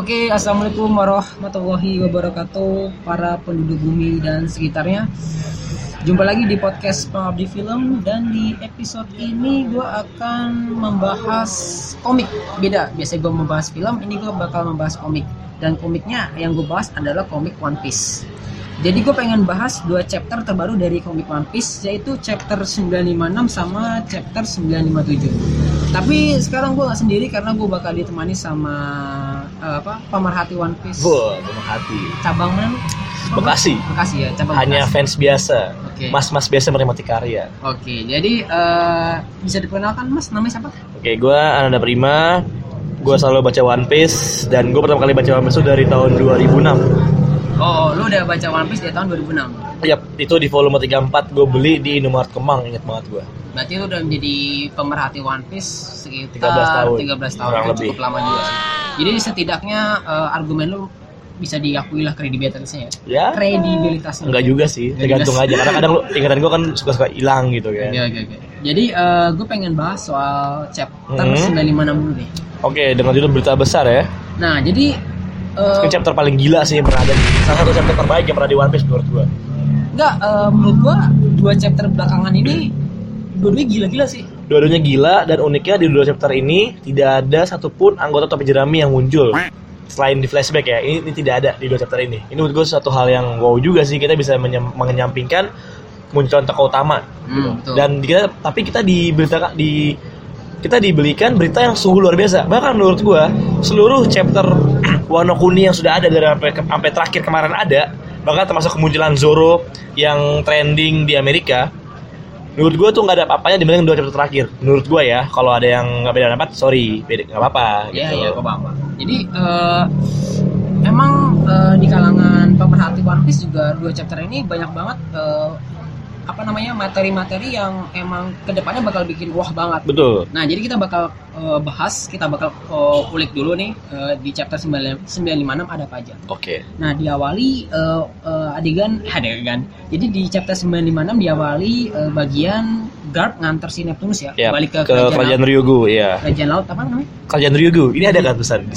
Oke, assalamualaikum warahmatullahi wabarakatuh, para penduduk bumi dan sekitarnya. Jumpa lagi di podcast Pengabdi Film, dan di episode ini gue akan membahas komik. Beda, biasanya gue membahas film, ini gue bakal membahas komik. Dan komiknya yang gue bahas adalah komik One Piece. Jadi gue pengen bahas 2 chapter terbaru dari komik One Piece, yaitu chapter 956 sama chapter 957. Tapi sekarang gue gak sendiri karena gue bakal ditemani sama pemerhati One Piece. Pemerhati. Cabang mana? Bekasi ya, cabang hanya Bekasi. fans biasa. Oke. Mas-mas biasa menikmati karya. Oke, jadi bisa diperkenalkan Mas, namanya siapa? Oke, gue Ananda Prima. Gue selalu baca One Piece, dan gue pertama kali baca One Piece itu dari tahun 2006. Oh, lu udah baca One Piece dari tahun 2006? Yap, itu di volume 34 gue beli di Indomaret Kemang, inget banget gue. Berarti lu udah menjadi pemerhati One Piece sekitar 13 tahun kan lebih. cukup lama juga sih. Jadi setidaknya argumen lu bisa diakui lah kredibilitasnya Ya? Kredibilitasnya. Enggak juga sih, tergantung aja. Karena kadang ingatan gue kan suka-suka hilang gitu kan. Oke. Jadi gue pengen bahas soal chapter 956 dulu deh. Oke, dengan judul berita besar ya. Nah, jadi Ini chapter paling gila sih yang pernah ada. Salah satu chapter terbaik yang pernah di One Piece menurut gue. menurut gue 2 chapter belakangan ini dua-duanya gila-gila sih. Dua-duanya gila, dan uniknya di 2 chapter ini tidak ada satupun anggota topi jerami yang muncul. Selain di flashback ya, ini tidak ada di 2 chapter ini. Ini menurut gue suatu hal yang wow juga sih, kita bisa menyampingkan kemunculan tokoh utama. Betul. Dan kita diberikan berita yang sungguh luar biasa. Bahkan menurut gue seluruh chapter Wano Kuni yang sudah ada dari sampai terakhir kemarin ada, bahkan termasuk kemunculan Zoro yang trending di Amerika, menurut gue tuh nggak ada apa-apanya dibanding 2 chapter terakhir. Menurut gue ya, kalau ada yang nggak beda pendapat, sorry, nggak apa-apa. Iya, kok apa. Jadi emang di kalangan pemerhati One Piece juga 2 chapter ini banyak banget materi-materi yang emang kedepannya bakal bikin wah banget. Betul. Nah, jadi kita bakal ulik dulu nih di chapter 956 ada apa aja. Oke. Nah, diawali adegan. Jadi di chapter 956 diawali bagian Garp nganter si Neptunus ya, balik ke kerajaan Ryugu, ya. Kerajaan laut apa namanya? Kerajaan Ryugu. Ini ada kan pesan.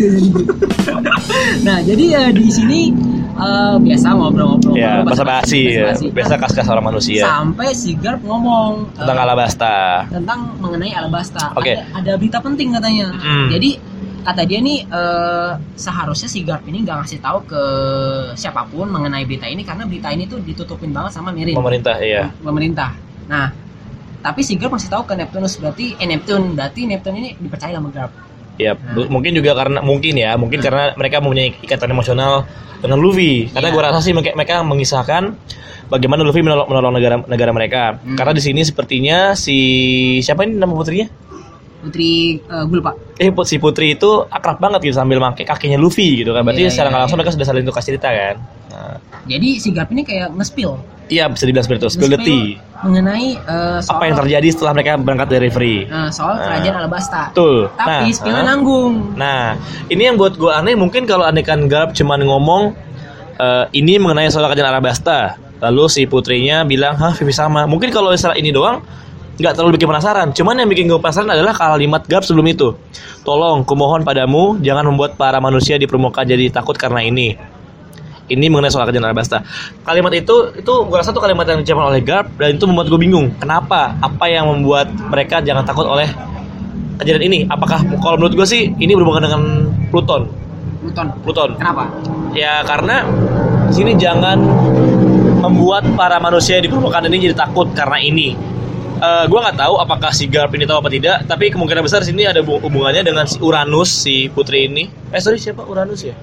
Nah, jadi di sini biasa ngobrol-ngobrol. Ya, basa-basi. Biasa kas-kas orang manusia. Sampai si Garp ngomong tentang Alabasta. Tentang mengenai Alabasta. Oke. Ada berita penting katanya. Jadi kata dia nih seharusnya si Garp ini nggak ngasih tahu ke siapapun mengenai berita ini, karena berita ini tuh ditutupin banget sama Marine. Pemerintah. Nah, tapi si Garp masih tahu ke Neptunus, berarti Neptune ini dipercaya sama Garp. Ya, mungkin juga karena karena mereka mempunyai ikatan emosional dengan Luffy. Karena gue rasa sih mereka mengisahkan bagaimana Luffy menolong negara mereka. Karena di sini sepertinya siapa ini nama putrinya? Putri gue lupa. Si Putri itu akrab banget gitu sambil pakai kakinya Luffy gitu kan. Berarti secara nggak langsung mereka sudah saling tukar cerita kan. Nah. Jadi si Garp ini kayak nge-spill. Iya, bisa dibilang seperti itu. Spill the tea. Mengenai soal apa yang terjadi setelah mereka berangkat dari Free. Soal kerajaan Alabasta. Betul. Tapi spillnya nanggung. Nah, ini yang buat gue aneh. Mungkin kalau andekan Garp cuma ngomong ini mengenai soal kerajaan Alabasta, lalu si putrinya bilang, Vivi sama. Mungkin kalau misalnya ini doang nggak terlalu bikin penasaran. Cuman yang bikin gue penasaran adalah kalimat Garp sebelum itu. Tolong, kumohon padamu, jangan membuat para manusia di permukaan jadi takut karena ini. Ini mengenai soal kerajaan Alabasta. Kalimat itu gue rasa tuh kalimat yang diucapkan oleh Garp, dan itu membuat gue bingung. Kenapa? Apa yang membuat mereka jangan takut oleh kejadian ini? Apakah kalau menurut gue sih ini berhubungan dengan Pluton? Kenapa? Ya karena di sini jangan membuat para manusia di permukaan ini jadi takut karena ini. Gue nggak tahu apakah si Garp ini tahu apa tidak, tapi kemungkinan besar sini ada hubungannya dengan si Uranus, si putri ini. Siapa Uranus ya?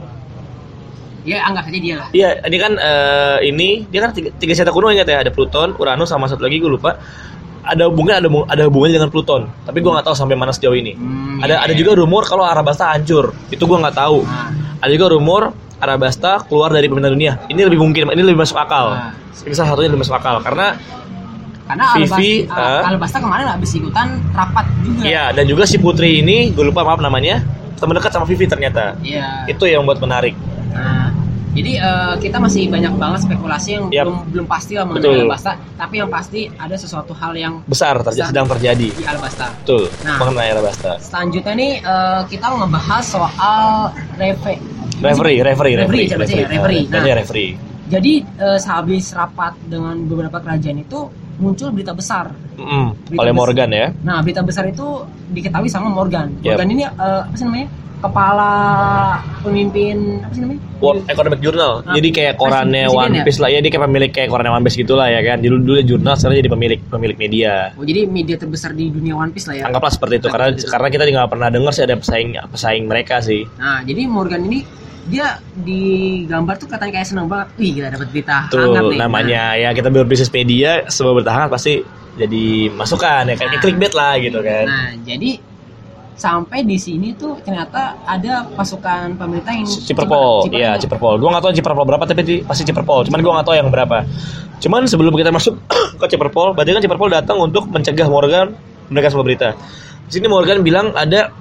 Ya, anggap aja dia lah. Iya, ini kan dia kan tiga senjata kuno, ingat ya, ada Pluton, Uranus, sama satu lagi gue lupa. Ada hubungannya dengan Pluton, tapi gue nggak tahu sampai mana sejauh ini. Ada juga rumor kalau Arabasta hancur, itu gue nggak tahu. Ada juga rumor Arabasta keluar dari pemerintahan dunia. Ini lebih mungkin, ini lebih masuk akal. Ini salah satunya lebih masuk akal karena Vivi, Alabasta kemarin habis ikutan rapat juga. Iya, dan juga si putri ini, gue lupa namanya, teman dekat sama Vivi ternyata. Iya. Itu yang buat menarik. Nah, Jadi kita masih banyak banget spekulasi yang Yap. belum pasti lah Betul. mengenai Alabasta, tapi yang pasti ada sesuatu hal yang Besar sedang terjadi. di Alabasta. Betul. Nah. Mengenai Alabasta. Selanjutnya nih kita ngebahas soal Referee. Nah, referee. jadi sehabis rapat dengan beberapa kerajaan itu muncul berita besar. Oleh Morgan ya. Nah, berita besar itu diketahui sama Morgan. Yap. Morgan ini apa sih namanya? Kepala pemimpin apa sih namanya? World Economic Journal. Jadi kayak korannya presiden One Piece lah ya, dia kayak pemilik kayak korannya One Piece gitulah ya kan. Dulu jurnal, sekarang jadi pemilik media. Oh, jadi media terbesar di dunia One Piece lah ya. Anggaplah seperti itu karena kita nggak pernah dengar sih ada pesaing mereka sih. Nah, jadi Morgan ini dia di gambar tuh katanya kayak seneng banget. Wih, kita dapat berita Tuh hangat nih. namanya ya kita berbisnis media, semua bertahan pasti jadi masukan ya kayak clickbait lah gitu kan. Nah, jadi sampai di sini tuh ternyata ada pasukan pemerintah yang Ciperpol, iya Ciperpol. Gua nggak tahu Ciperpol berapa tapi pasti Ciperpol. Cuman gua nggak tahu yang berapa. Cuman sebelum kita masuk ke Ciperpol, berarti kan Ciperpol datang untuk mencegah Morgan memberikan sebuah berita. Di sini Morgan bilang ada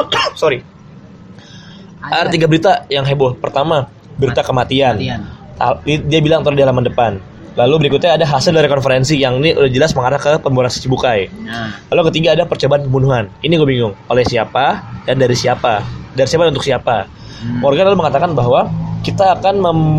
ada 3 berita yang heboh. Pertama, berita kematian. Dia bilang taruh di halaman depan. Lalu berikutnya ada hasil dari konferensi yang ini udah jelas mengarah ke pembunuhan Shichibukai. Lalu ketiga ada percobaan pembunuhan. Ini gue bingung. Oleh siapa dan dari siapa? Dari siapa dan untuk siapa? Morgan lalu mengatakan bahwa kita akan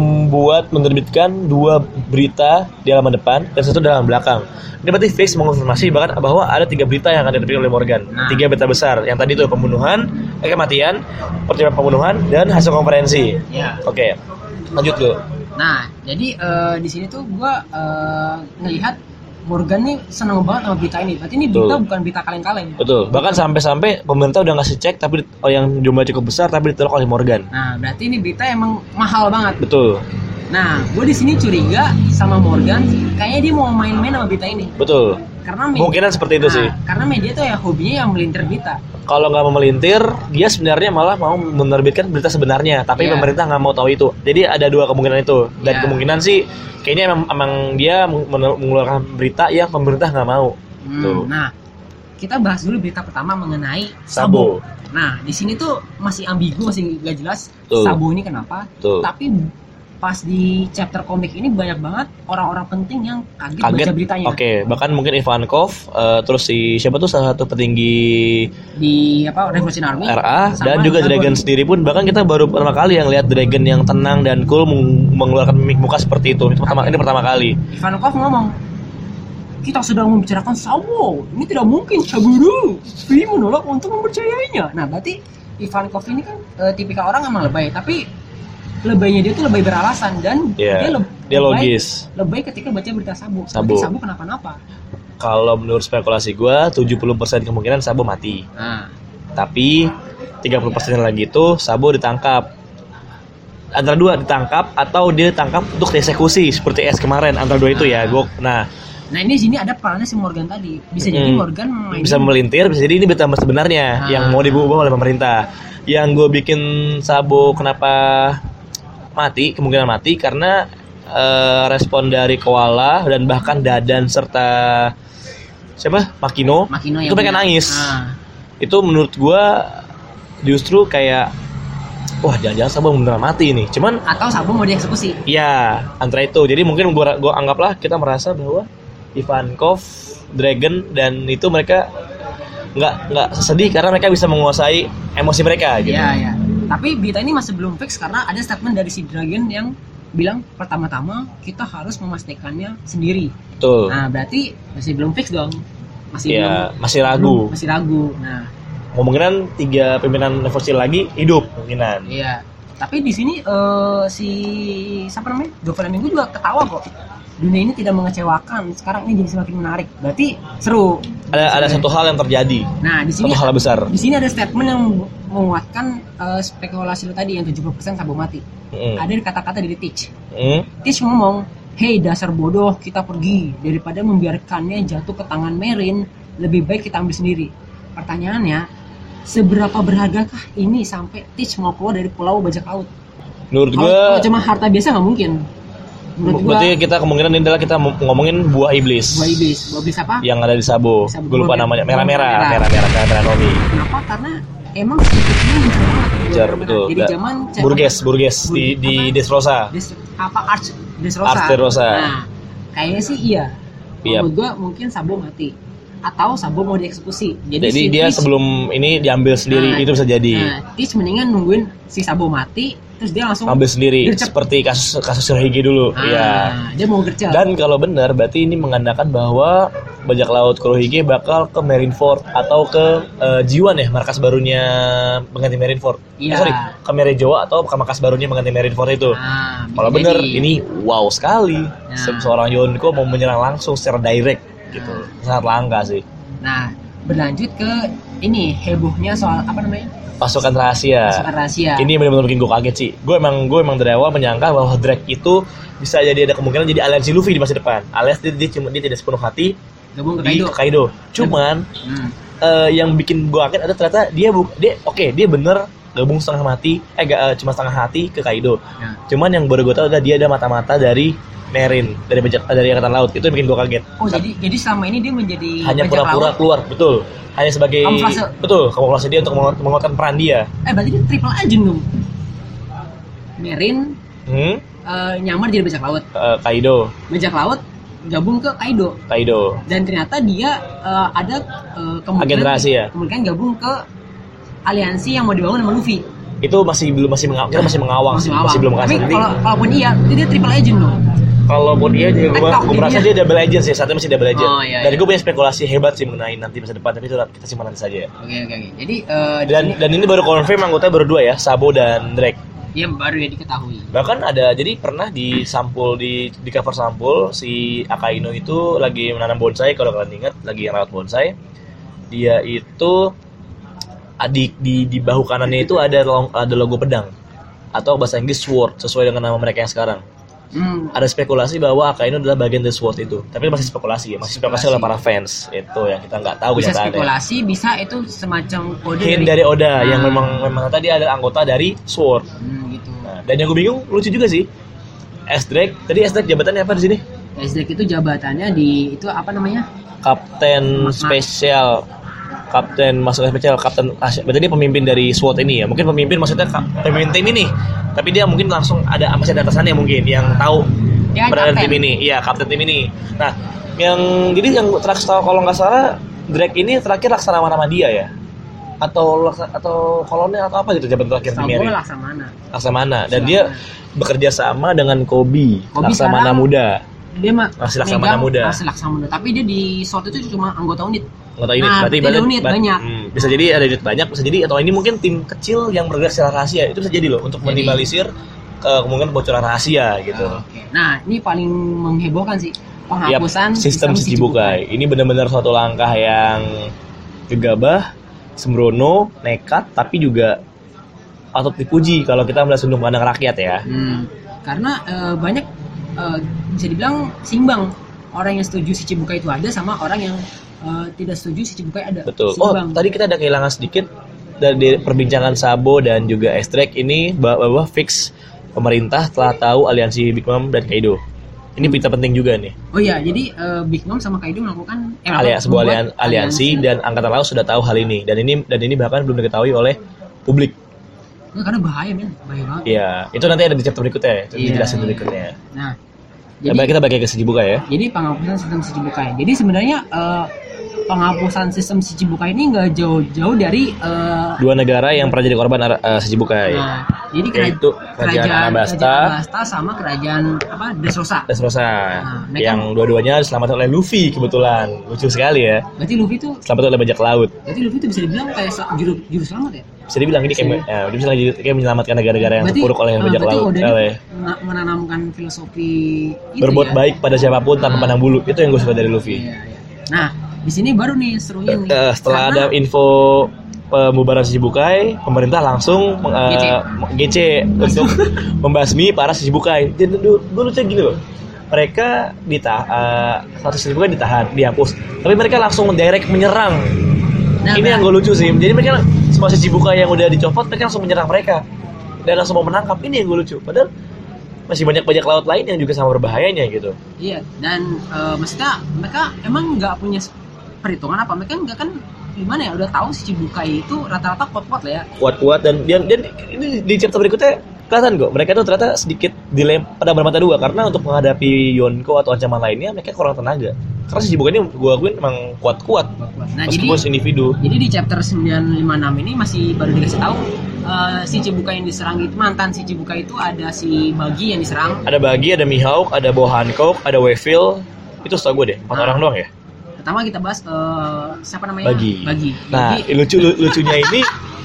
menerbitkan 2 berita di halaman depan dan 1 di halaman belakang. Ini berarti fix mengonfirmasi bahwa ada 3 berita yang akan diterbitkan oleh Morgan. 3 berita besar. Yang tadi itu pembunuhan, kematian, percobaan pembunuhan, dan hasil konferensi. Oke, lanjut lo. Nah, jadi di sini tuh gua ngelihat Morgan nih seneng banget sama berita ini. Berarti ini berita bukan berita kaleng-kaleng. Betul. Bahkan sampai pemerintah udah ngasih cek tapi yang jumlah cukup besar tapi ditolak oleh Morgan. Nah, berarti ini berita emang mahal banget. Betul. Nah, gue di sini curiga sama Morgan, kayaknya dia mau main-main sama berita ini. Betul. Karena mungkinan seperti itu sih. Karena media tuh ya hobinya yang melintir berita. Kalau nggak mau melintir, dia sebenarnya malah mau menerbitkan berita sebenarnya, tapi pemerintah nggak mau tahu itu. Jadi ada 2 kemungkinan itu. Dan kemungkinan sih, kayaknya emang dia mengeluarkan berita yang pemerintah nggak mau. Nah, kita bahas dulu berita pertama mengenai Sabo. Nah, di sini tuh masih ambigu, masih nggak jelas Sabo ini kenapa. Tapi pas di chapter komik ini banyak banget orang-orang penting yang kaget baca beritanya. Oke, bahkan mungkin Ivankov, terus siapa tuh salah satu petinggi di Revolution Army RA dan juga Dragon sendiri pun, bahkan kita baru pertama kali yang lihat Dragon yang tenang dan cool mengeluarkan mimik muka seperti itu. Ini pertama kali. Ivankov ngomong, kita sedang membicarakan Sabo. Ini tidak mungkin Saburo. Vi menolak untuk mempercayainya. Nah, berarti Ivankov ini kan tipikal orang emang lebay, tapi lebaynya dia tuh lebay beralasan dan dia logis. Lebay ketika baca berita Sabo. Berarti Sabo kenapa-napa. Kalau menurut spekulasi gue 70% kemungkinan Sabo mati. Tapi 30% lagi itu Sabo ditangkap. Antara 2 ditangkap atau dia ditangkap untuk dieksekusi seperti S kemarin, antara 2 itu ya. Nah ini sini ada perannya si Morgan tadi. Bisa jadi Morgan bisa melintir, bisa jadi ini berita sebenarnya yang mau diubah oleh pemerintah. Yang gue bikin Sabo kenapa kemungkinan mati karena respon dari Koala dan bahkan Dadan serta Makino itu pengen nangis. Itu menurut gua justru kayak wah jangan-jangan Sabo beneran mati ini. Cuman atau Sabo mau dieksekusi. Iya, antara itu. Jadi mungkin gua anggaplah kita merasa bahwa Ivankov, Dragon dan itu mereka nggak sedih karena mereka bisa menguasai emosi mereka gitu. Iya. Tapi berita ini masih belum fix karena ada statement dari si Dragon yang bilang pertama-tama kita harus memastikannya sendiri. Betul. Nah, berarti masih belum fix dong. Masih ragu. Masih ragu. Nah, kemungkinan 3 pimpinan revolusi lagi hidup kemungkinan. Iya. Tapi di sini si Dovran Minggu juga ketawa kok. Dunia ini tidak mengecewakan. Sekarang ini jadi semakin menarik. Berarti seru. Ada satu hal yang terjadi. Nah, di sini satu hal besar. Di sini ada statement yang menguatkan spekulasi lo tadi yang 70% Sabo mati. Ada kata-kata dari Teach. Teach ngomong, "Hey dasar bodoh, kita pergi daripada membiarkannya jatuh ke tangan Merin, lebih baik kita ambil sendiri." Pertanyaannya, seberapa berhargakah ini sampai Teach mau keluar dari Pulau Bajak Laut? Menurut gue kalau cuma harta biasa nggak mungkin. Berarti kita kemungkinan ini adalah kita ngomongin buah iblis. Buah iblis apa? Yang ada di Sabo. Gue lupa namanya. Merah-merah Nomi. Kenapa? Karena emang sedikitnya Jar, betul. Jadi zaman Burgess di Dressrosa. Arch Dressrosa. Arch Dressrosa. Nah, kayaknya sih iya. Iya. Menurut gua mungkin Sabo mati atau Sabo mau dieksekusi. Jadi si dia Twitch, sebelum ini diambil sendiri, itu bisa jadi. Nah, Twitch mendingan nungguin si Sabo mati terus dia langsung Ambil sendiri gercep. seperti kasus Shirohige dulu. Iya. Dia mau gercep. Dan kalau benar berarti ini mengandalkan bahwa bajak laut Kurohige bakal ke Marineford atau ke G1 ya, markas barunya pengganti Marineford. Iya. Ke Merejoa atau ke markas barunya pengganti Marineford itu. Nah, Kalau bisa benar jadi. ini wow sekali. Nah. Seorang Yonko mau menyerang langsung secara direct gitu. Sangat langka sih. Nah, berlanjut ke ini hebohnya soal apa namanya? Pasukan rahasia. Pasukan rahasia. Ini benar-benar bikin gue kaget sih. Gue emang dari awal menyangka bahwa Drake itu bisa jadi ada kemungkinan jadi aliansi Luffy di masa depan. Alias dia tidak sepenuh hati gabung ke di Kaido. Kaido. Cuman yang bikin gue kaget ada ternyata dia bener gabung setengah mati, cuma setengah hati ke Kaido. Ya. Cuman yang baru gue tahu adalah dia ada mata-mata dari Marine, dari angkatan laut. Itu yang bikin gue kaget. Oh, jadi selama ini dia menjadi hanya bajak pura-pura laut. keluar, betul. Hanya sebagai Kamuflase. betul, kamuflase dia untuk menguatkan peran dia. Berarti dia triple agent dong. Marine nyamar jadi bajak laut. Kaido. Bajak laut gabung ke Kaido. Dan ternyata dia ada Agen rahasia. kemungkinan gabung ke aliansi yang mau dibangun sama Luffy. Itu masih mengawang, masih belum Tapi kasar. kalaupun iya, dia triple agent dong. Kalaupun iya, gue merasa dia double agent sih. Saatnya masih double agent. Oh, iya, Dan iya. gue punya spekulasi hebat sih mengenai nanti masa depan. Tapi itu kita simpan nanti saja. Oke. Jadi Dan ini baru confirm anggota baru 2 ya, Sabo dan Drake. Iya, baru ya diketahui. Bahkan jadi pernah di sampul di cover sampul si Akainu itu lagi menanam bonsai, kalau kalian ingat, lagi rawat bonsai. Dia itu di bahu kanannya itu ada logo pedang atau bahasa Inggris sword sesuai dengan nama mereka yang sekarang. Ada spekulasi bahwa Akainu adalah bagian dari sword itu, tapi masih spekulasi ya, masih spekulasi oleh para fans. Itu yang kita nggak tahu Bisa kenyataannya. spekulasi, bisa itu semacam kode Hint dari Oda yang memang tadi ada anggota dari sword. Gitu. Nah, dan yang gue bingung lucu juga sih. S-Drake jabatannya apa di sini? S-Drake itu jabatannya di itu apa namanya? Kapten spesial. Kapten berarti dia pemimpin dari SWAT ini ya. Mungkin pemimpin maksudnya pemimpin tim ini. Tapi dia mungkin langsung masih ada atasannya mungkin yang tahu Dia berada kapten. tim ini. Iya, kapten tim ini. Nah, yang terakhir kalau nggak salah Drake ini terakhir Laksamana dia ya. Atau kolonel atau apa gitu jabatan terakhir di Marine. Laksamana. Dan dia bekerja sama dengan Kobe Laksamana sekarang muda. Dia masih Laksamana muda. Masih Laksamana, tapi dia di SWAT itu cuma anggota unit. Anggota unit. Nah, berarti unit banyak. Bisa jadi ada unit banyak, bisa jadi atau ini mungkin tim kecil yang bergerak secara rahasia. Itu bisa jadi loh untuk minimalisir kemungkinan bocoran rahasia gitu. Oke. Nah, ini paling menghebohkan sih penghapusan sistem Shichibukai. Ini benar-benar suatu langkah yang gegabah, sembrono, nekat, tapi juga patut dipuji kalau kita melihat sudut pandang rakyat ya. Karena banyak bisa dibilang seimbang orang yang setuju Shichibukai itu ada sama orang yang tidak setuju Shichibukai ada. Betul. Seimbang. Tadi kita ada kehilangan sedikit dari perbincangan Sabo dan juga S-Drake ini bahwa fix pemerintah telah tahu aliansi Big Mom dan Kaido. Ini berita penting juga nih. Oh iya, jadi Big Mom sama Kaido melakukan sebuah aliansi dan angkatan laut sudah tahu hal ini dan ini bahkan belum diketahui oleh publik. Karena bahaya banget. Iya, itu nanti ada di chapter berikutnya, dijelasin berikutnya. Nah, jadi kita bagi ke Shichibukai ya. Jadi penghapusan sistem Shichibukai. Jadi sebenarnya penghapusan sistem Shichibukai ini nggak jauh-jauh dari dua negara yang pernah jadi korban Shichibukai. Nah, jadi yaitu kerajaan Arabasta sama kerajaan Dressrosa. Nah, yang dua-duanya diselamatkan oleh Luffy kebetulan. Lucu sekali ya. Berarti Luffy itu selamat oleh bajak laut. Berarti Luffy itu bisa dibilang kayak juru selamat ya? Bisa dibilang ini dia bisa kayak menyelamatkan negara-negara yang terpuruk oleh bajak laut. Menanamkan filosofi itu berbuat baik pada siapapun tanpa pandang bulu. Itu yang gue suka dari Luffy. Iya. Nah, di sini baru nih serunya nih. Setelah ada info pembubaran Shichibukai, pemerintah langsung GC untuk membasmi para Shichibukai. Jadi dulu tuh gini loh. Mereka satu Shichibukai ditahan, dihapus. Tapi mereka langsung direct menyerang. Ini yang gue lucu sih. Jadi mereka semua Shichibukai yang udah dicopot, mereka langsung menyerang mereka dan langsung mau menangkap. Ini yang gue lucu. Padahal masih banyak bajak laut lain yang juga sama berbahayanya gitu. Iya, dan maksudnya mereka emang nggak punya perhitungan apa? Mereka nggak kan gimana ya, udah tahu si Chibukai itu rata-rata kuat-kuat lah ya. Kuat-kuat dan ini di chapter berikutnya kelihatan kok mereka tuh ternyata sedikit pada bermata dua karena untuk menghadapi Yonko atau ancaman lainnya mereka kurang tenaga. Karena si Chibukai ini gue akuin emang kuat-kuat. Nah, meskipun individu. Jadi di chapter 956 ini masih baru dikasih tahu si Chibukai yang diserang itu, mantan si Chibukai itu ada si Bagi yang diserang. Ada Bagi, ada Mihawk, ada Bo Hancock, ada Weevil. Itu setahu gue deh, 4 orang doang ya. Pertama kita bahas siapa namanya? Bagi. Bagi. Nah, lucunya ini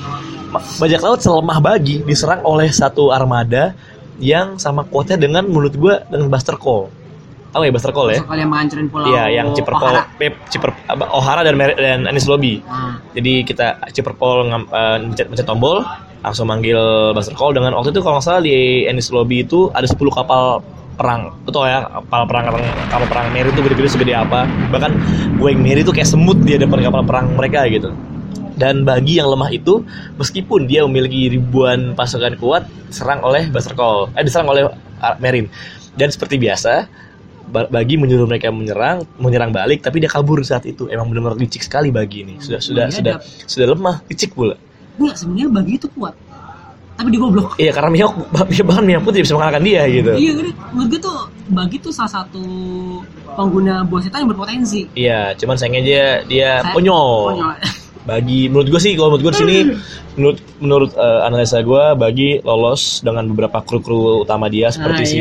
bajak laut selemah Bagi diserang oleh satu armada yang sama kuatnya dengan menurut gue dengan Buster Call. Tahu ya Buster Call ya? Buster Call yang menghancurin pulau. Iya, yang Chipper Call, O'Hara dan Enies Lobby. Jadi kita Chipper Call mencet tombol, langsung manggil Buster Call dengan waktu itu kalau nggak salah di Enies Lobby itu ada 10 kapal perang, betul ya, kapal perang Mary itu gede-gede segede apa, bahkan Going Mary itu kayak semut di depan kapal perang mereka gitu. Dan Bagi yang lemah itu, meskipun dia memiliki ribuan pasukan kuat, diserang oleh diserang oleh Marine. Dan seperti biasa, Bagi menyuruh mereka menyerang balik, tapi dia kabur saat itu. Emang benar-benar licik sekali Bagi ini. Sudah lemah, licik pula. Enggak, sebenarnya Bagi itu kuat, tapi digoblok. Iya, karena Mihawk pun tidak bisa mengalahkan dia gitu. Iya, menurut gue tuh Bagi tuh salah satu pengguna buah setan yang berpotensi. Iya, cuman sayangnya dia konyol. Bagi menurut gue sih, kalau menurut gue di sini menurut analisa gue, Bagi lolos dengan beberapa kru utama dia seperti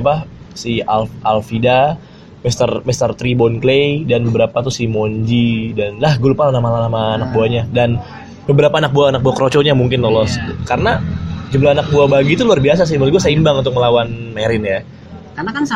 si Alvida, Mr. Tribon Clay, dan beberapa tuh si Monji dan gue lupa nama-nama anak buahnya, dan beberapa anak buah Kroconya mungkin lolos. Karena jumlah anak buah Bagi itu luar biasa sih menurut gue, seimbang untuk melawan Marine ya. Karena kan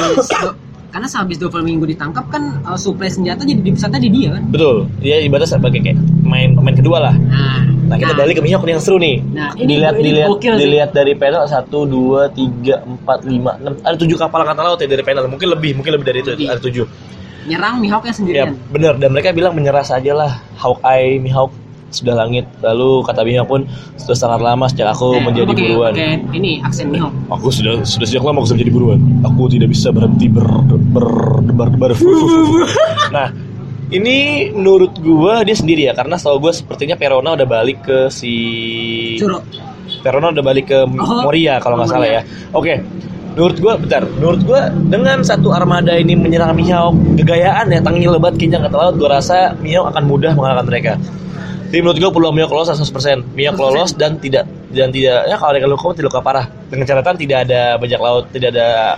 sehabis Doflamingo ditangkap kan suplai senjata jadi di pusatnya di dia kan. Betul. Dia ibaratnya sebagai kayak pemain kedua lah. Nah, kita balik ke Mihawk yang seru nih. Nah, dilihat dari panel 1 2 3 4 5 6 ada 7 kapal angkatan laut ya dari panel. Mungkin lebih dari itu, ada 7. Nyerang Mihawknya sendirian. Ya, benar, dan mereka bilang menyerah sajalah Hawkeye, Mihawk sudah langit. Lalu kata Mihawk pun sudah sangat lama sejak aku menjadi buruan. Ini aksen Mihawk. Aku sudah sejak lama aku menjadi buruan. Aku tidak bisa berhenti berdebar. Nah, ini menurut gua dia sendiri ya, karena setahu gua sepertinya Perona udah balik ke si Zoro. Perona udah balik ke Moria kalau nggak salah ya. Oke. Menurut gua dengan satu armada ini menyerang Mihawk, gegayaan ya, tangil lebat kinjang kata laut, gua rasa Mihawk akan mudah mengalahkan mereka. Jadi menurut gue peluang Mihawk lolos 100%. Mihawk lolos dan tidak ya, kalau mereka tidak luka parah. Dengan catatan tidak ada bajak laut, tidak ada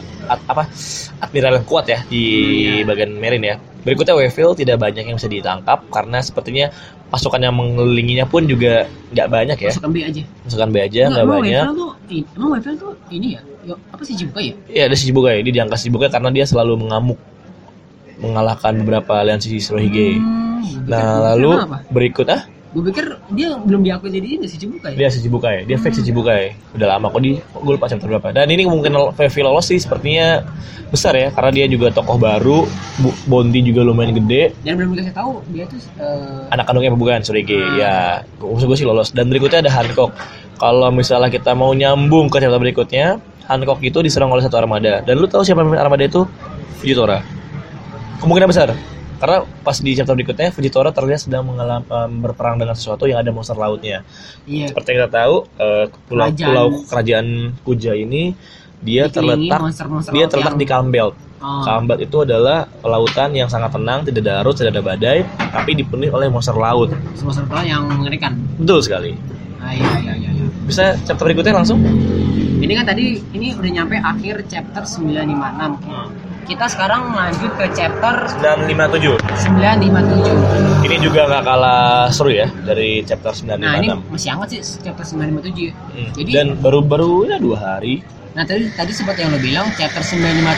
admiral yang kuat ya di bagian Marine ya. Berikutnya Weevil tidak banyak yang bisa ditangkap karena sepertinya pasukan yang mengelilinginya pun juga nggak banyak ya. Pasukan B aja nggak banyak. Emang Weevil tuh ini ya? Apa sih Chibukai ya? Iya, ada si Chibukai. Dia diangkat Chibukai karena dia selalu mengamuk mengalahkan beberapa aliansi Shirohige. Nah, lalu berikut gue pikir dia belum diakui jadi ini si Chibukai. Dia si Chibukai, dia fake si Chibukai. Udah lama kok gue lupa chapter berapa. Dan ini kemungkinan Weevil lolos sih sepertinya besar ya, karena dia juga tokoh baru, bounty juga lumayan gede. Dan belum dikasih tahu dia tuh anak kandungnya apa bukan, Shirogege. Ya, gue sih lolos. Dan berikutnya ada Hancock. Kalau misalnya kita mau nyambung ke chapter berikutnya, Hancock itu diserang oleh satu armada. Dan lu tahu siapa pemimpin armada itu? Fujitora. Kemungkinan besar. Karena pas di chapter berikutnya Fujitora terlihat sedang berperang dengan sesuatu yang ada monster lautnya. Iya. Seperti yang kita tahu, pulau kerajaan Kuja ini dia terletak di Calm Belt. Calm Belt itu adalah lautan yang sangat tenang, tidak ada arus, tidak ada badai, tapi dipenuhi oleh monster laut. Monster laut yang mengerikan. Betul sekali. Iya. Bisa chapter berikutnya langsung? Ini kan tadi udah nyampe akhir chapter 956. Kita sekarang lanjut ke chapter 957. Ini juga nggak kalah seru ya dari chapter 956. Nah, ini masih hangat sih chapter 957. Jadi dan baru ya 2 hari. Nah, tadi seperti yang lo bilang chapter 957.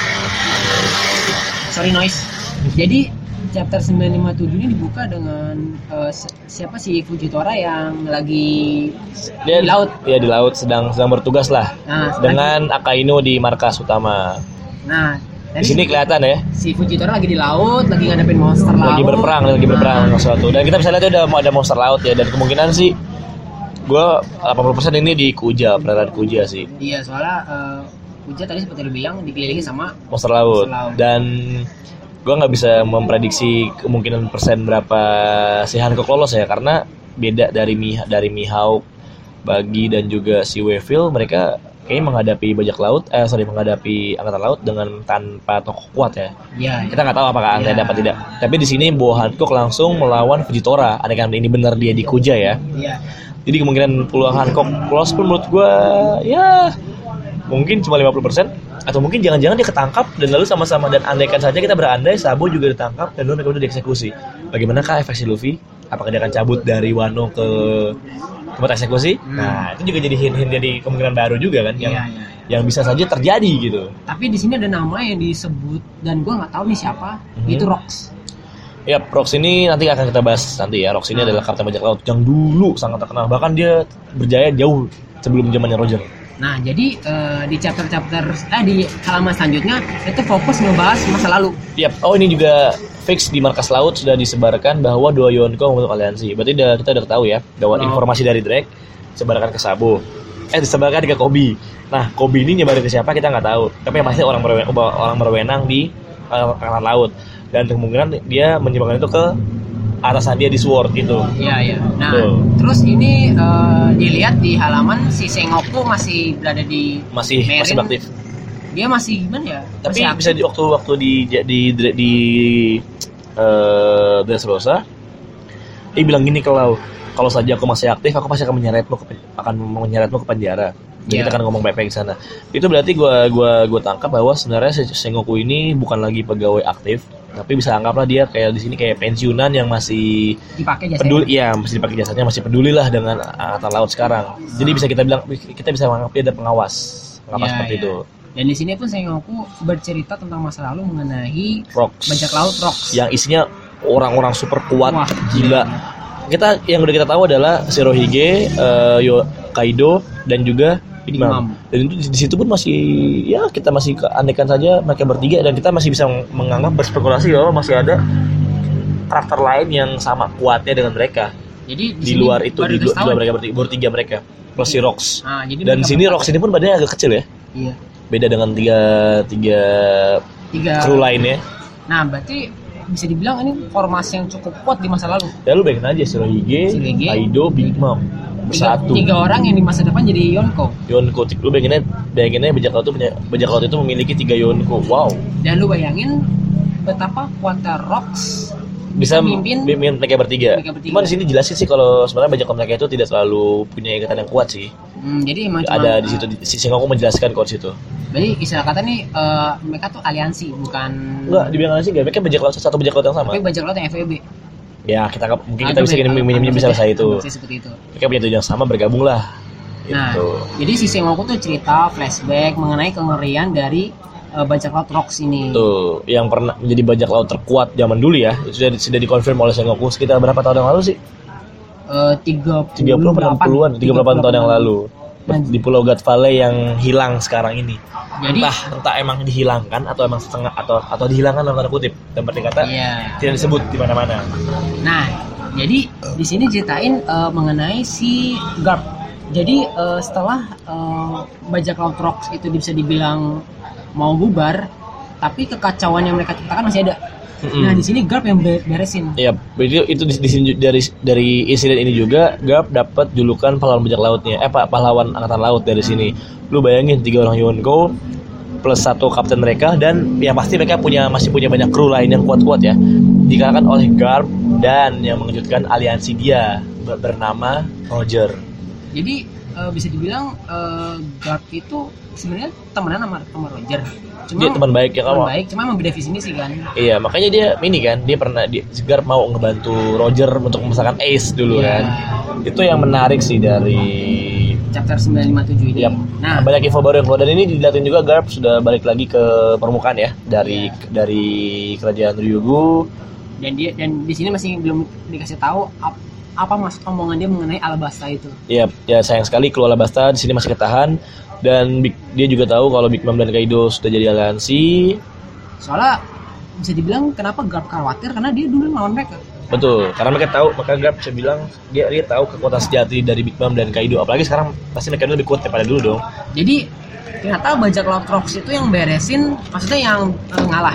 Sorry noise. Jadi chapter 957 ini dibuka dengan siapa sih Fujitora yang lagi di laut. Iya, di laut sedang bertugas lah. Nah, dengan Akainu di markas utama. Nah, di sini kelihatan ya. Si Fujitora lagi di laut, lagi ngadepin monster laut. Lagi berperang dengan sesuatu. Dan kita bisa lihat ada monster laut ya, dan kemungkinan sih gue 80% ini di Kuja, perairan Kuja sih. Iya, soalnya Kuja tadi seperti lu bilang dikelilingi sama monster laut. Dan Gue nggak bisa memprediksi kemungkinan persen berapa si Hancock lolos ya, karena beda dari Mihawk, Bagi dan juga si Weevil, mereka kayaknya menghadapi menghadapi angkatan laut dengan tanpa tokoh kuat ya. Iya. Kita nggak tahu apakah angkatan dapat tidak. Tapi di sini Boa Hancock langsung melawan Fujitora. Andaikan ini benar dia di Kuja ya. Iya. Jadi kemungkinan peluang Hancock lolos pun menurut gue ya mungkin cuma 50%. Atau mungkin jangan-jangan dia ketangkap dan lalu sama-sama, dan andaikan saja kita berandai Sabo juga ditangkap dan lalu mereka udah dieksekusi. Bagaimanakah efek si Luffy? Apakah dia akan cabut dari Wano ke tempat eksekusi? Nah, itu juga jadi hint-hint, jadi kemungkinan baru juga kan yang bisa saja terjadi gitu. Tapi di sini ada nama yang disebut dan gua nggak tahu nih siapa, itu Rox. Ya, Rox ini nanti akan kita bahas nanti ya. Rox ini adalah kapten bajak laut yang dulu sangat terkenal, bahkan dia berjaya jauh sebelum zamannya Roger. Nah, jadi di di halaman selanjutnya itu fokus ngebahas masa lalu. Yap. Oh, ini juga fix di markas laut sudah disebarkan bahwa dua Yonko membentuk aliansi. Berarti kita udah tahu ya bahwa informasi dari Drake disebarkan ke Sabo. Disebarkan ke Kobe. Nah, Kobe ini nyebarin ke siapa kita nggak tahu. Tapi yang pasti orang berwenang di angkatan laut, dan kemungkinan dia menyebarkan itu ke atasan dia di Sword itu. Iya. Nah, terus ini dilihat di halaman si Sengoku masih berada di masih aktif. Dia masih gimana ya? Tapi bisa di waktu di Dressrosa, dia bilang gini, kalau saja aku masih aktif, aku pasti akan menyeretmu ke penjara. Jadi kita akan ngomong baik-baik di sana. Itu berarti gua tangkap bahwa sebenarnya Sengoku ini bukan lagi pegawai aktif, tapi bisa anggaplah dia kayak di sini kayak pensiunan yang masih dipakai jasanya. Peduli, ya masih dipakai jasanya, masih pedulilah dengan angkatan laut sekarang. Jadi bisa kita menganggap dia ada pengawas seperti itu. Dan di sini pun Sengoku bercerita tentang masa lalu mengenai bajak laut Rox yang isinya orang-orang super kuat. Wah, gila. Yang udah kita tahu adalah Shirohige, Kaido dan juga Big Mom. Dan itu di situ pun kita masih andaikan saja mereka bertiga, dan kita masih bisa menganggap berspekulasi bahwa masih ada karakter lain yang sama kuatnya dengan mereka. Jadi di luar itu, di luar mereka bertiga mereka plus si Rox. Dan sini Rox ini pun badannya agak kecil ya. Iya. Beda dengan tiga kru lainnya. Nah, berarti bisa dibilang ini formasi yang cukup kuat di masa lalu. Ya lu bayangin aja Shirohige, Kaido, Big Mom bersatu. Tiga orang yang di masa depan jadi Yonko. Lu bayanginnya bajak laut itu memiliki 3 Yonko. Wow. Dan lu bayangin betapa kuatnya Rox bisa memimpin mereka bertiga. Cuman di sini jelasin sih kalau sebenarnya bajak laut mereka itu tidak selalu punya ikatan yang kuat sih. Jadi emang ada di situ si Sengoku menjelaskan kok situ. Jadi istilah kata nih mereka tuh aliansi, bukan. Enggak, dibilang aliansi enggak, mereka bajak laut, satu bajak laut yang sama. Tapi bajak laut yang FEB. Ya, kita bisa bisa bahasa itu. Seperti itu. Mereka punya tujuan sama, bergabung lah. Nah, jadi si Sengoku tuh cerita flashback mengenai kengerian dari bajak laut Rox ini. Tuh, yang pernah menjadi bajak laut terkuat zaman dulu ya. Sudah dikonfirm oleh Sengoku sekitar berapa tahun yang lalu sih? 38 tahun yang lalu. Di Pulau God Valley yang hilang sekarang ini. Jadi entah emang dihilangkan atau emang setengah atau dihilangkan dalam tanda kutip, dan berarti kata tidak disebut di mana-mana. Nah, jadi di sini ceritain mengenai si Garp. Jadi setelah bajak laut Rox itu bisa dibilang mau bubar, tapi kekacauan yang mereka ciptakan masih ada. Nah, di sini Garp yang beresin. Iya, itu di sini dari insiden ini juga Garp dapat julukan pahlawan bajak lautnya. Pahlawan angkatan laut dari sini. Lu bayangin 3 orang Yonko plus 1 kapten mereka, dan yang pasti mereka masih punya banyak kru lain yang kuat-kuat ya. Dikalahkan oleh Garp dan yang mengejutkan aliansi dia bernama Roger. Jadi bisa dibilang Garp itu sebenarnya temenan sama Roger. Dia teman baik ya, cuma emang beda visi misi kan. Iya, makanya dia pernah Garp mau ngebantu Roger untuk memisahkan Ace dulu kan. Itu yang menarik sih dari chapter 957 ini. Nah, banyak info baru yang keluar, dan ini dilihatin juga Garp sudah balik lagi ke permukaan ya dari kerajaan Ryugu. Dan di sini masih belum dikasih tahu apa maksud omongan dia mengenai Alabasta itu. Iya, ya sayang sekali kalau Alabasta di sini masih ketahan, dan dia juga tahu kalau Big Mom dan Kaido sudah jadi aliansi. Soalnya bisa dibilang kenapa Garp khawatir, karena dia dulu melawan mereka. Betul, karena mereka tahu, maka Garp bisa bilang dia tahu kekuatan sejati dari Big Mom dan Kaido. Apalagi sekarang pasti mereka lebih kuat daripada dulu dong. Jadi ternyata bajak laut Rox itu yang beresin, maksudnya yang ngalahin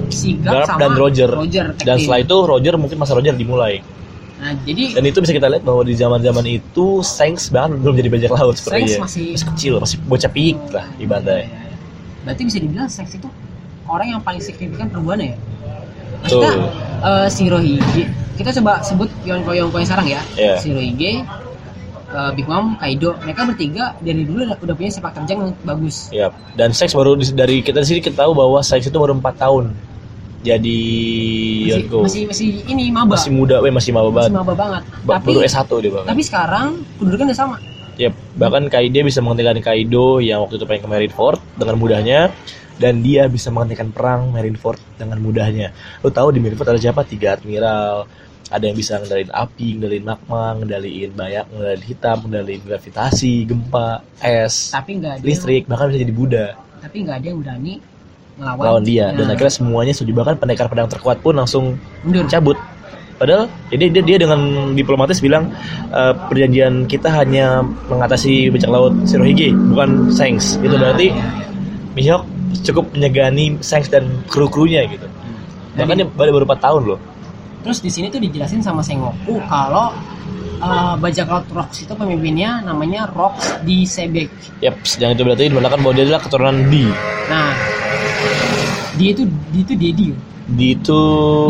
si Garp sama dan Roger. tag Dan team. setelah itu Roger mungkin masa Roger dimulai. Nah, jadi Dan itu bisa kita lihat bahwa di zaman-zaman itu Shanks bahkan belum jadi bajak laut Shanks sepertinya. masih kecil, masih bocah piik lah ibaratnya. Ya. Berarti bisa dibilang Shanks itu orang yang paling signifikan perubahannya ya. Maksudnya si Rohige, kita coba sebut Yonko yang sekarang ya. Yeah. Si Rohige, Big Mom, Kaido, mereka bertiga dari dulu udah punya sepak terjang yang bagus. Yap. Dan Shanks baru dari kita di sini kita tahu bahwa Shanks itu baru 4 tahun. Jadi Yonko Masih ini maba. masih muda, masih maba banget. Masih maba banget. Baru S1 dia bahkan. Tapi sekarang kedudukan udah sama. Yep. Bahkan Kaido bisa menghentikan Kaido yang waktu itu pengen ke Marineford dengan mudahnya, dan dia bisa menghentikan perang Marineford dengan mudahnya. Lo tahu di Marineford ada siapa? 3 admiral. Ada yang bisa ngendaliin api, ngendaliin magma, ngendaliin bayak, ngendaliin hitam, ngendaliin gravitasi, gempa, es, Tapi nggak ada listrik, bahkan bisa jadi Buddha. Tapi nggak ada yang berani Lawan dia. Dan akhirnya semuanya setuju, bahkan pendekar pedang terkuat pun langsung mundur. cabut. Padahal jadi dia dengan diplomatis bilang perjanjian kita hanya mengatasi bajak laut Shirohige, bukan Shanks. Itu berarti Mihawk cukup menyegani Shanks dan kru-krunya gitu. Bahkan dia baru 4 tahun loh. Terus di sini tuh dijelasin sama Sengoku kalau bajak laut Rocks itu pemimpinnya namanya Rocks di Sebek. Yap, yang itu berarti menandakan bahwa dia adalah keturunan D. Nah, dia itu Dedi. D itu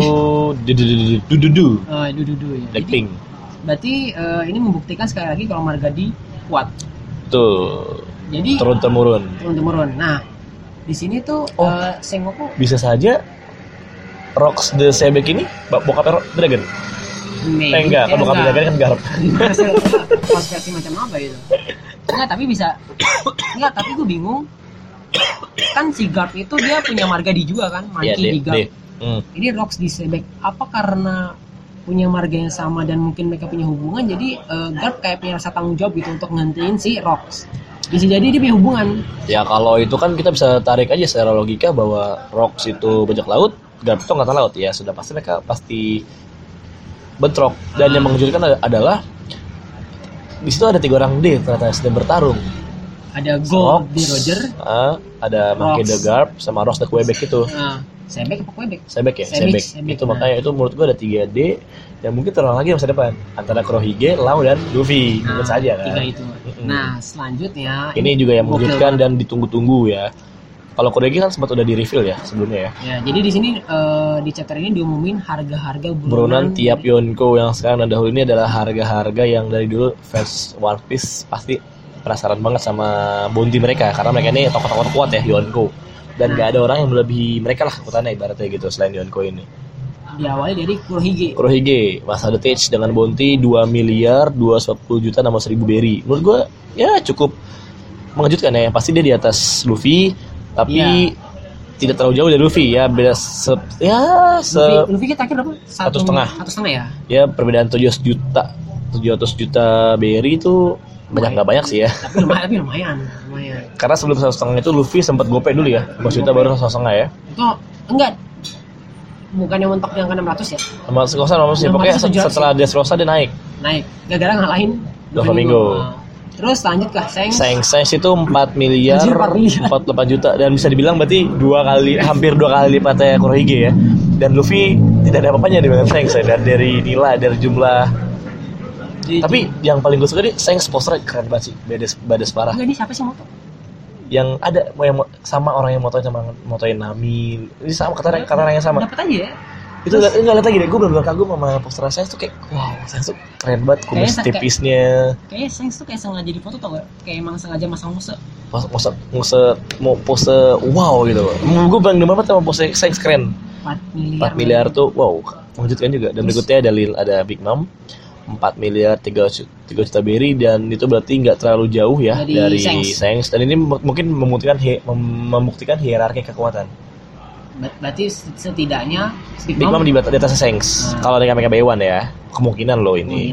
Dududu. Dudu ya. Blackpink. Berarti ini membuktikan sekali lagi kalau Margadi kuat. Tuh. Jadi Turun temurun. Nah, di sini tuh Sengoku Bisa saja Rocks the Sebek ini bokapnya Dragon. Enggak, kan bokapnya Dragon kan Garp. Konspirasi macam apa itu? Tapi tapi gue bingung. Kan si Garp itu dia punya Margadi juga kan, Monkey di Garp. Ini Rocks di Sebek. Apa karena punya marga yang sama dan mungkin mereka punya hubungan, jadi Garp kayak punya rasa tanggung jawab gitu untuk ngantiin si Rocks. Bisa jadi dia punya hubungan. Ya kalau itu kan kita bisa tarik aja secara logika bahwa Rocks itu bajak laut, Garp itu angkatan laut. Ya sudah pasti mereka pasti bentrok. Dan yang mengejutkan adalah di situ ada 3 orang D ternyata sedang bertarung. Ada Gold di Roger, ada Monkey the Garp sama Rocks the Quebec itu. Sebek apa Quebec? Sebek ya, Sebek. Itu makanya itu menurut gua ada 3D yang mungkin terulang lagi masa depan antara Kurohige, Lau dan Luffy. Mungkin saja kan. 3 itu. Nah, selanjutnya ini juga yang mengejutkan dan ditunggu-tunggu ya. Kalau Kurohige kan sempat udah di reveal ya sebelumnya ya. Ya, jadi di sini di chapter ini diumumin harga-harga buronan tiap Yonko yang sekarang dan dahulu ini adalah harga-harga yang dari dulu fans One Piece pasti penasaran banget sama bounty mereka karena mereka ini tokoh-tokoh kuat ya Yonko. Dan gak ada orang yang melebihi mereka lah kekuatannya ibaratnya gitu selain Yonko ini. Diawali dari Kurohige masa The Tage dengan bounty 2 miliar 210 juta nama 1000 berry. Menurut gue ya cukup mengejutkan ya. Pasti dia di atas Luffy tapi tidak terlalu jauh dari Luffy ya. Beda Luffy kita akhir berapa? 1,5 ya. Ya perbedaan 700 juta berry itu banyak nggak banyak sih ya. Tapi lumayan. Karena sebelum 1,5 itu Luffy sempat gope dulu ya. 5 juta baru 1,5 ya. Itu enggak. Bukannya mentok di angka 600 ya? Sama sih pokoknya setelah Dressrosa dia naik. Gara-gara ngalahin Doflamingo. Terus lanjut ke Shanks itu 4 miliar 48 juta dan bisa dibilang berarti hampir 2 kali lipatnya Kurohige ya. Dan Luffy tidak ada apa-apanya dengan Shanks ya. Dari nilai, dari jumlah. Tapi yang paling gue suka nih Shanks posternya keren banget sih, badass parah. Enggak, ini siapa sih moto? Yang ada yang sama orang yang motoin Nami. Ini sama kata yang sama. Dapat aja ya. Itu enggak lihat lagi deh, gue benar-benar kagum sama poster Shanks tuh kayak wow, Shanks tuh keren banget kumis tipisnya. Kayaknya Shanks tuh kayak sengaja di foto tau gak? Kayak emang sengaja masang muse mau pose wow gitu. Gue bangga banget sama pose Shanks keren. 4 miliar tuh wow, mengejutkan juga. Dan berikutnya ada Big Mom 4 miliar 3 juta berry dan itu berarti nggak terlalu jauh ya dari Shanks. Dan ini mungkin membuktikan hierarki kekuatan. Berarti setidaknya Big Mom di atas Shanks. Kalau dengan mereka B1 ya, kemungkinan loh ini.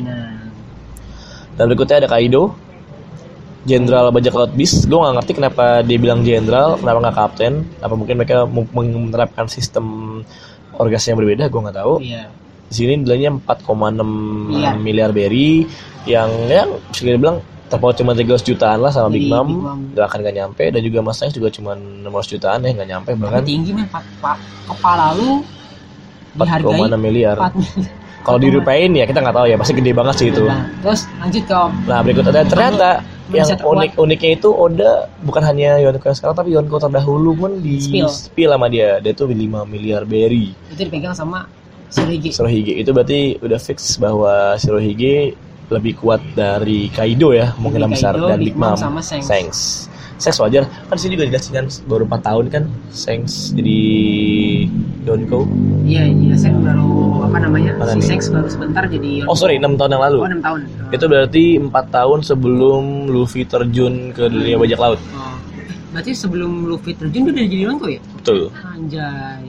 Dan berikutnya ada Kaido, Jenderal Bajak Laut Beast. Gue nggak ngerti kenapa dia bilang jenderal, kenapa nggak kapten? Apa mungkin mereka menerapkan sistem organisasi yang berbeda? Gue nggak tahu. Di sini nilainya 4,6 miliar berry yang bisa dibilang terpaut cuma 300 jutaan lah sama Big Big Mom, Mom. gak nyampe. Dan juga Mas Sainz juga cuma 600 jutaan ya, gak nyampe. Bahkan tinggi men, kepala lu 4,6 miliar. 4 miliar. Kalau dirupain ya kita nggak tahu ya, pasti gede banget sih itu. Nah, terus lanjut ke Nah berikutnya ternyata yang bisa terkuat. uniknya itu Oda bukan hanya Yonko yang sekarang, tapi Yonko terdahulu pun di spill sama dia tuh 5 miliar berry. Itu dipegang sama Shirohige. Itu berarti udah fix bahwa Shirohige lebih kuat dari Kaido ya, mungkin besar, dan Big Mom sama Sainz wajar kan. Sini juga dijelasin kan baru 4 tahun kan Sainz jadi Yonko. Iya, Sainz baru Sainz baru sebentar jadi Yonko. 6 tahun yang lalu. 6 tahun. Itu berarti 4 tahun sebelum Luffy terjun ke dunia bajak laut. Berarti sebelum Luffy terjun dia udah jadi Yonko ya? Betul. Anjay.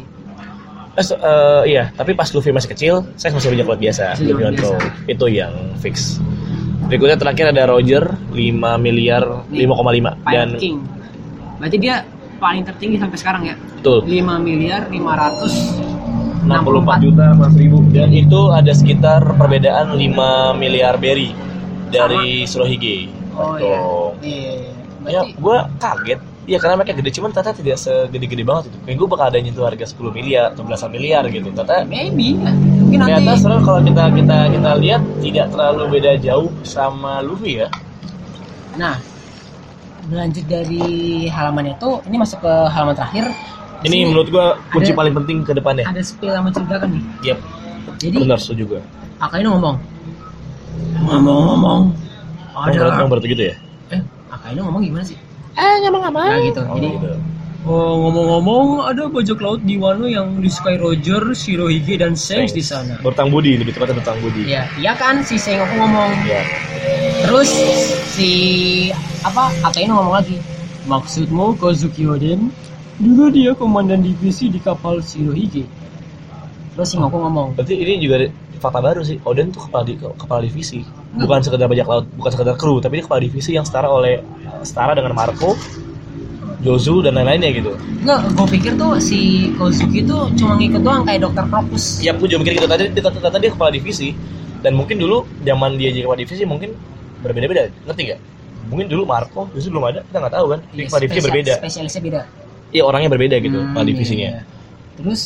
Iya, tapi pas Luffy masih kecil, saya masih bajak laut biasa, belum Yonko. Itu yang fix. Berikutnya terakhir ada Roger 5 miliar 5,5 dan King. Berarti dia paling tertinggi sampai sekarang ya? betul. 5 miliar 564 juta ribu, dan itu ada sekitar perbedaan 5 miliar berry dari Shirohige. Oh iya. Ya, gue kaget. Iya, karena mereka gede, cuman ternyata tidak segede-gede banget itu. Kayak gue bakal ada nyentuh harga 10 miliar atau belasan miliar gitu. Ternyata maybe mungkin ternyata nanti sebenarnya kalau kita lihat tidak terlalu beda jauh sama Luffy ya. Nah, berlanjut dari halaman itu, ini masuk ke halaman terakhir. Ini menurut gue kunci paling penting ke depannya. Ada spill yang mencurigakan nih. Yep. Jadi Benar, setuju juga. Akainu ngomong. Ngomong berarti gitu ya? Akainu ngomong gimana sih? Ngomong apa? Nah gitu. Jadi ngomong-ngomong, ada bajak laut di Wano yang disukai Roger, Shirohige, dan Sainz di sana. Bertang budi, lebih tepatnya bertang budi. Iya kan, si Sengoku ngomong. Iya. Terus si Akainu ngomong lagi. Maksudmu Kozuki Oden? Dulu dia komandan divisi di kapal Shirohige. Terus Sengoku ngomong. Berarti ini juga fakta baru sih. Oden tuh kepala divisi. Bukan sekedar bajak laut, bukan sekedar kru, tapi dia kepala divisi yang setara dengan Marco, Jozu dan lain-lainnya gitu. Enggak, gue pikir tuh si Kozuki tuh cuma ngikut doang kayak Dr. Crocus. Iya, gue juga mikir gitu. Tadi dia kepala divisi. Dan mungkin dulu zaman dia jadi kepala divisi mungkin berbeda-beda, ngerti gak? Mungkin dulu Marco, Jozu belum ada, kita nggak tahu kan. Iya, kepala divisi berbeda. Spesialisnya beda. Iya, orangnya berbeda gitu, kepala divisinya. Iya. Terus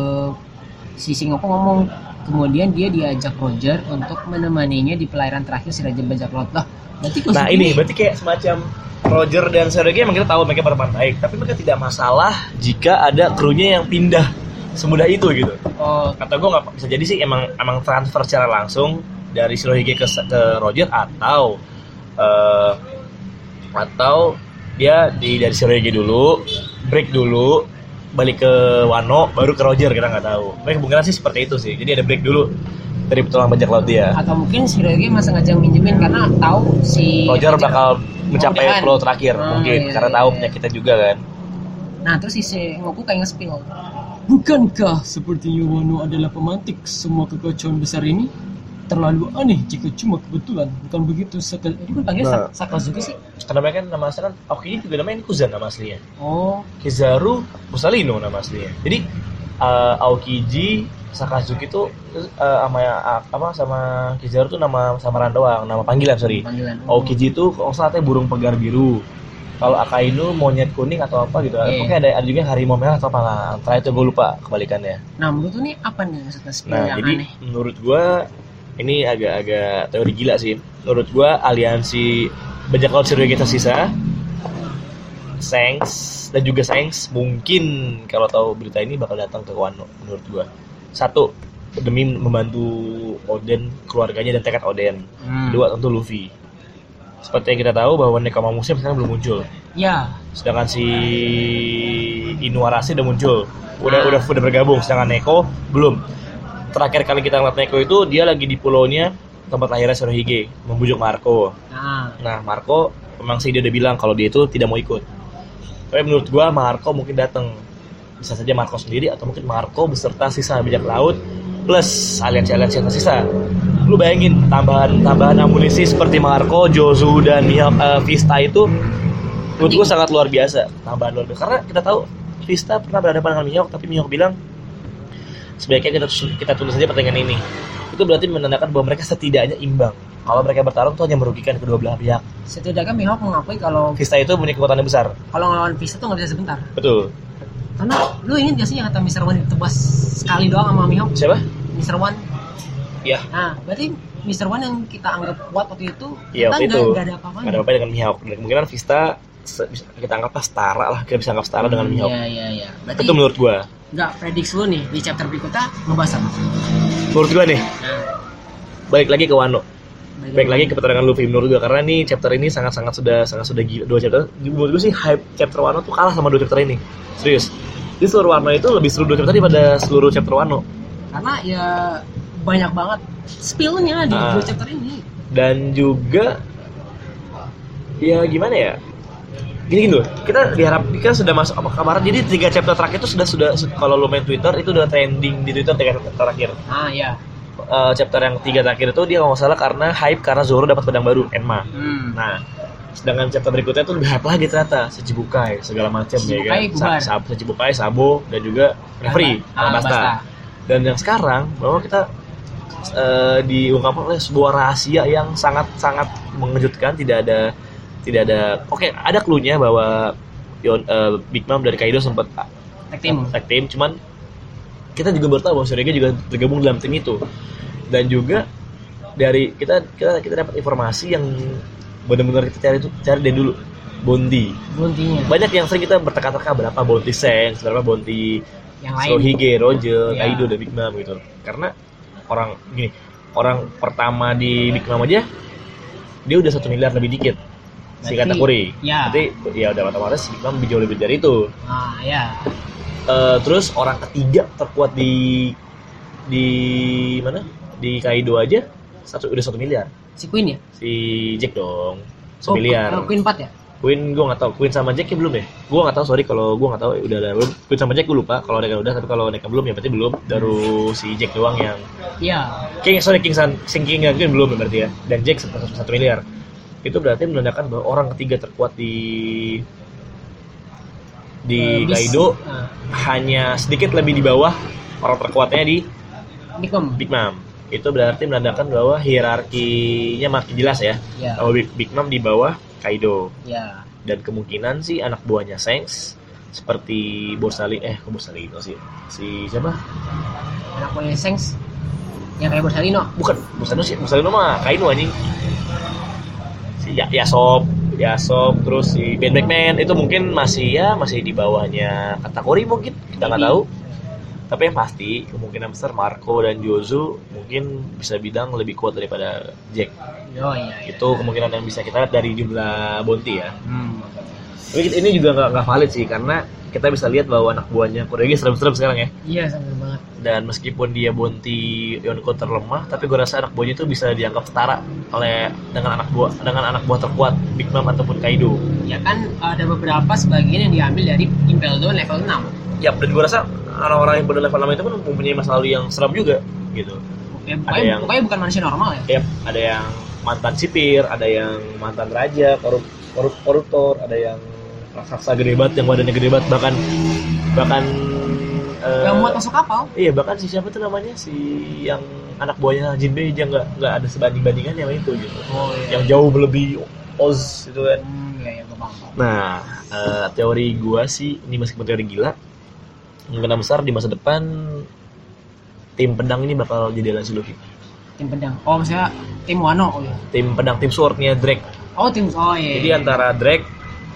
si Sengoku ngomong, kemudian dia diajak Roger untuk menemaninya di pelayaran terakhir si Raja Bajak Laut lah. Nah ini berarti kayak semacam Roger dan Shirohige emang kita tahu mereka berteman baik, tapi mereka tidak masalah jika ada krunya yang pindah semudah itu gitu. Kata gue nggak bisa jadi sih emang transfer secara langsung dari Shirohige ke Roger atau dia dari Shirohige dulu, break dulu, balik ke Wano, baru ke Roger, kita nggak tahu. Mereka kemungkinan sih seperti itu sih. Jadi ada break dulu dari petualang bajak laut dia. Atau mungkin Shirohige masa ngajak minjemin karena tahu si Roger bakal mencapai pulau terakhir mungkin karena tahu penyakitnya juga kan. Nah terus si Sengoku kayak nge-spill. Bukankah sepertinya Wano adalah pemantik semua kekacauan besar ini? Terlalu aneh jika cuma kebetulan. Bukan begitu ini kan panggilnya Sakazuki sih. Karena mereka kan nama aslinya kan Aokiji juga namanya Kuzan nama aslinya. Kizaru Musalino nama aslinya. Jadi Aokiji, Sakazuki itu sama Kizaru tuh nama samaran doang, nama panggilan. Aokiji itu kalau saatnya burung pegar biru. Kalau Akainu monyet kuning atau apa gitu. Pokoknya ada juga harimau merah atau apa. Antara itu gue lupa kebalikannya. Nah menurut lu nih apa nih maksudnya spill yang jadi, aneh? Menurut gue ini agak teori gila sih. Menurut gue aliansi bajak laut Shirohige tersisa, Sainz dan juga Sainz mungkin kalau tahu berita ini bakal datang ke Wano menurut gue. Satu, demi membantu Oden, keluarganya dan tekad Oden. Dua, tentu Luffy. Seperti yang kita tahu bahwa Nekoma Musim sekarang belum muncul. Ya. Sedangkan si Inuarashi udah muncul. Udah bergabung, sedangkan Neko belum. Terakhir kali kita ngeliat Neko itu dia lagi di pulaunya tempat lahirnya Shirohige, membujuk Marco. Nah, Marco memang sih dia udah bilang kalau dia itu tidak mau ikut. Tapi menurut gua Marco mungkin datang. Bisa saja Marco sendiri atau mungkin Marco beserta sisa bajak laut plus aliansi-aliansi yang tersisa. Lu bayangin tambahan amunisi seperti Marco, Jozu dan Vista itu menurut gua sangat luar biasa. Tambahan luar biasa karena kita tahu Vista pernah berhadapan dengan Mihawk tapi Mihawk bilang sebaiknya kita tunda saja pertandingan ini. Itu berarti menandakan bahwa mereka setidaknya imbang. Kalau mereka bertarung itu hanya merugikan kedua belah pihak. Setidaknya Mihawk mengakui kalau Vista itu punya kekuatan yang besar. kalau ngelawan Vista tuh nggak bisa sebentar. Betul. Karena lu ingat gak sih yang kata Mr. One ditebas sekali doang sama Mihawk? Siapa? Mr. One. Iya. Nah, berarti Mr. One yang kita anggap kuat waktu itu, Iya, waktu itu nggak ada apa-apanya. nggak ada apa-apa dengan Mihawk. Dan kemungkinan Vista bisa kita anggaplah setara lah, kita bisa anggap setara dengan Mihawk. Iya. Berarti Itu menurut gua. nggak prediksi lu nih di chapter berikutnya ngebahas apa? Menurut gua nih, Nah, balik lagi ke Wano. Baik lagi ke pertarungan Luffy menurut gue, karena ini chapter ini sangat sudah gila. Dua chapter menurut gue sih hype chapter Wano tuh kalah sama dua chapter ini, serius. Di seluruh Wano itu lebih seru dua chapter daripada seluruh chapter Wano, karena ya banyak banget spillnya di dua chapter ini. Dan juga ya gimana ya, gini loh, kita sudah masuk apa kabar, jadi 3 chapter terakhir itu sudah kalau lo main Twitter itu udah trending di Twitter 3 chapter terakhir. Ya. Chapter yang 3 terakhir itu dia kalau nggak salah karena hype karena Zoro dapat pedang baru Enma. Nah, sedangkan chapter berikutnya tuh lebih hype lagi ternyata Shichibukai segala macam ya kan. Shichibukai, Sabo dan juga Referee Alabasta. Dan yang sekarang bahwa kita diungkapkan oleh sebuah rahasia yang sangat mengejutkan. Tidak ada oke, ada clue-nya bahwa Big Mom dari Kaido sempat tag team, cuman kita juga baru tahu bahwa Shirage juga tergabung dalam tim itu. Dan juga dari kita dapat informasi yang benar-benar kita cari dari dulu, bounty-nya. Banyak yang sering kita berteka-teka berapa bounty Shanks, berapa bounty yang lain, Sohige, Roger, Kaido dan Big Mom gitu. Karena orang pertama di Big Mom aja dia udah 1 miliar lebih dikit. Si Katakuri. Berarti ya udah otomatis Big Mom jauh lebih dari itu. Terus orang ketiga terkuat di mana? Di Kaido aja udah 1 miliar. Si Queen ya? Si Jack dong. 1 miliar. Queen 4 ya? Queen gue nggak tahu. Queen sama Jack ya belum ya? Gue nggak tahu, sorry kalau gue nggak tahu udah ada belum. Queen sama Jack gue lupa. Kalau ada udah, tapi kalau mereka belum ya berarti belum. Baru si Jack doang yang. Iya. King yang Queen belum ya berarti ya. Dan Jack 1 miliar. Itu berarti menandakan bahwa orang ketiga terkuat di Kaido hanya sedikit lebih di bawah orang terkuatnya di Big Mom. Itu berarti menandakan bahwa hierarkinya makin jelas ya. Bahwa Big Mom di bawah Kaido. Dan kemungkinan sih anak buahnya Shanks seperti Borsalino sih. Si siapa? Anak buahnya Shanks yang kayak Borsalino. Bukan, Borsalino mah Kaido anjing. Si Yasop, terus si Ben Beckman itu mungkin masih di bawahnya Katakuri mungkin, kita nggak tahu. Tapi yang pasti kemungkinan besar Marco dan Jozu mungkin bisa bidang lebih kuat daripada Jack. Itu kemungkinan yang bisa kita lihat dari jumlah bounty ya. Tapi ini juga nggak valid sih, karena kita bisa lihat bahwa anak buahnya Kurege serem-serem sekarang ya. Iya, serem banget. Dan meskipun dia bounty Yonko terlemah, tapi gue rasa anak buahnya itu bisa dianggap setara dengan anak buah terkuat Big Mom ataupun Kaido. Ya kan ada beberapa sebagian yang diambil dari Impel Down level 6. Ya, dan gue rasa orang-orang yang pada level 6 itu pun mempunyai masa lalu yang seram juga gitu. Pokoknya bukan manusia normal ya. Ada yang mantan sipir, ada yang mantan raja, koruptor, ada yang raksasa gede banget, yang badannya gede banget, bahkan yang muat masuk kapal. Iya, bahkan si siapa tuh namanya, si yang anak buahnya Jinbei aja nggak ada sebanding-bandingannya sama itu gitu. Yang jauh lebih Oz gitu kan. Gue paham. Nah, teori gua sih ini meskipun teori gila, kemungkinan besar di masa depan tim pedang ini bakal jadi aliansi Luffy. Tim pedang. Maksudnya tim Wano. Tim pedang, tim swordnya Drake. Jadi antara Drake,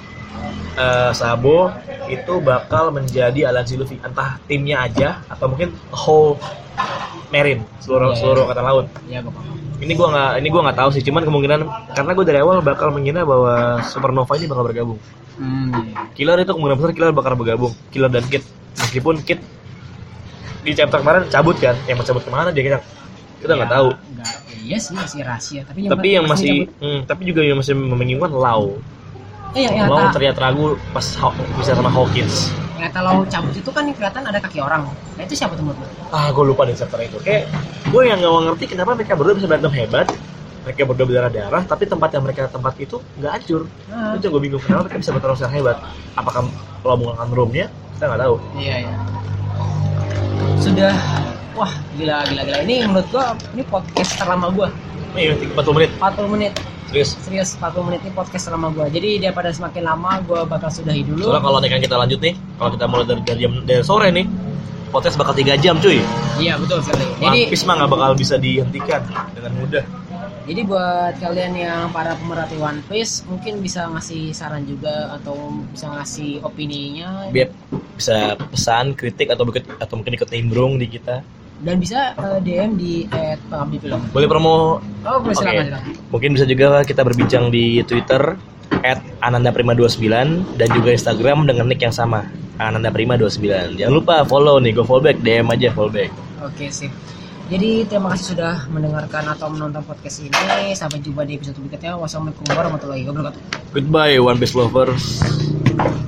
Sabo itu bakal menjadi aliansi Luffy, entah timnya aja atau mungkin whole Marine, seluruh angkatan laut. Iya, gue paham. Ini gua nggak tahu sih, cuman kemungkinan karena gue dari awal bakal mengira bahwa Supernova ini bakal bergabung. Killer itu kemungkinan besar Killer bakal bergabung, Killer dan Kid. Meskipun Kid di chapter kemarin cabut kan, yang mau cabut kemana dia kita nggak tahu. Iya sih, masih rahasia. Tapi yang masih juga yang masih membingungkan Lau. Lau terlihat ragu pas bisa sama Hawkins. Ternyata Lau cabut itu kan kelihatan ada kaki orang. Nah itu siapa tuh menurut lo? Gue lupa di chapter itu. Kayak gue yang nggak ngerti kenapa mereka berdua bisa berantem hebat. Mereka berdua berdarah-darah, tapi tempat yang mereka tempat itu nggak hancur. Itu gue bingung kenapa mereka bisa bertarung secara hebat. Apakah kalau menggunakan roomnya? Kita nggak tahu. Iya. Sudah wah gila. Ini menurut gua ini podcast terlama gua. Iya, 40 menit. 40 menit. Serius. 40 menit ini podcast terlama gua. Jadi daripada semakin lama gua bakal sudahi dulu. Soalnya kalau nih kan kita lanjut nih, kalau kita mulai dari sore nih, podcast bakal 3 jam cuy. Iya betul sekali. Jadi One Piece mah nggak bakal bisa dihentikan dengan mudah. Jadi buat kalian yang para pemerhati One Piece mungkin bisa ngasih saran juga atau bisa ngasih opininya. Biar bisa pesan, kritik atau mungkin ikut nimbrung di kita. Dan bisa DM di @pengabdifilm. Boleh promo? Oh boleh silakan. Mungkin bisa juga kita berbincang di Twitter @anandaprima29 dan juga Instagram dengan nick yang sama anandaprima29. Jangan lupa follow nih, go follow back, DM aja follow back. Oke sip. Jadi terima kasih sudah mendengarkan atau menonton podcast ini. Sampai jumpa di episode berikutnya. Wassalamualaikum warahmatullahi wabarakatuh. Goodbye One Piece lovers.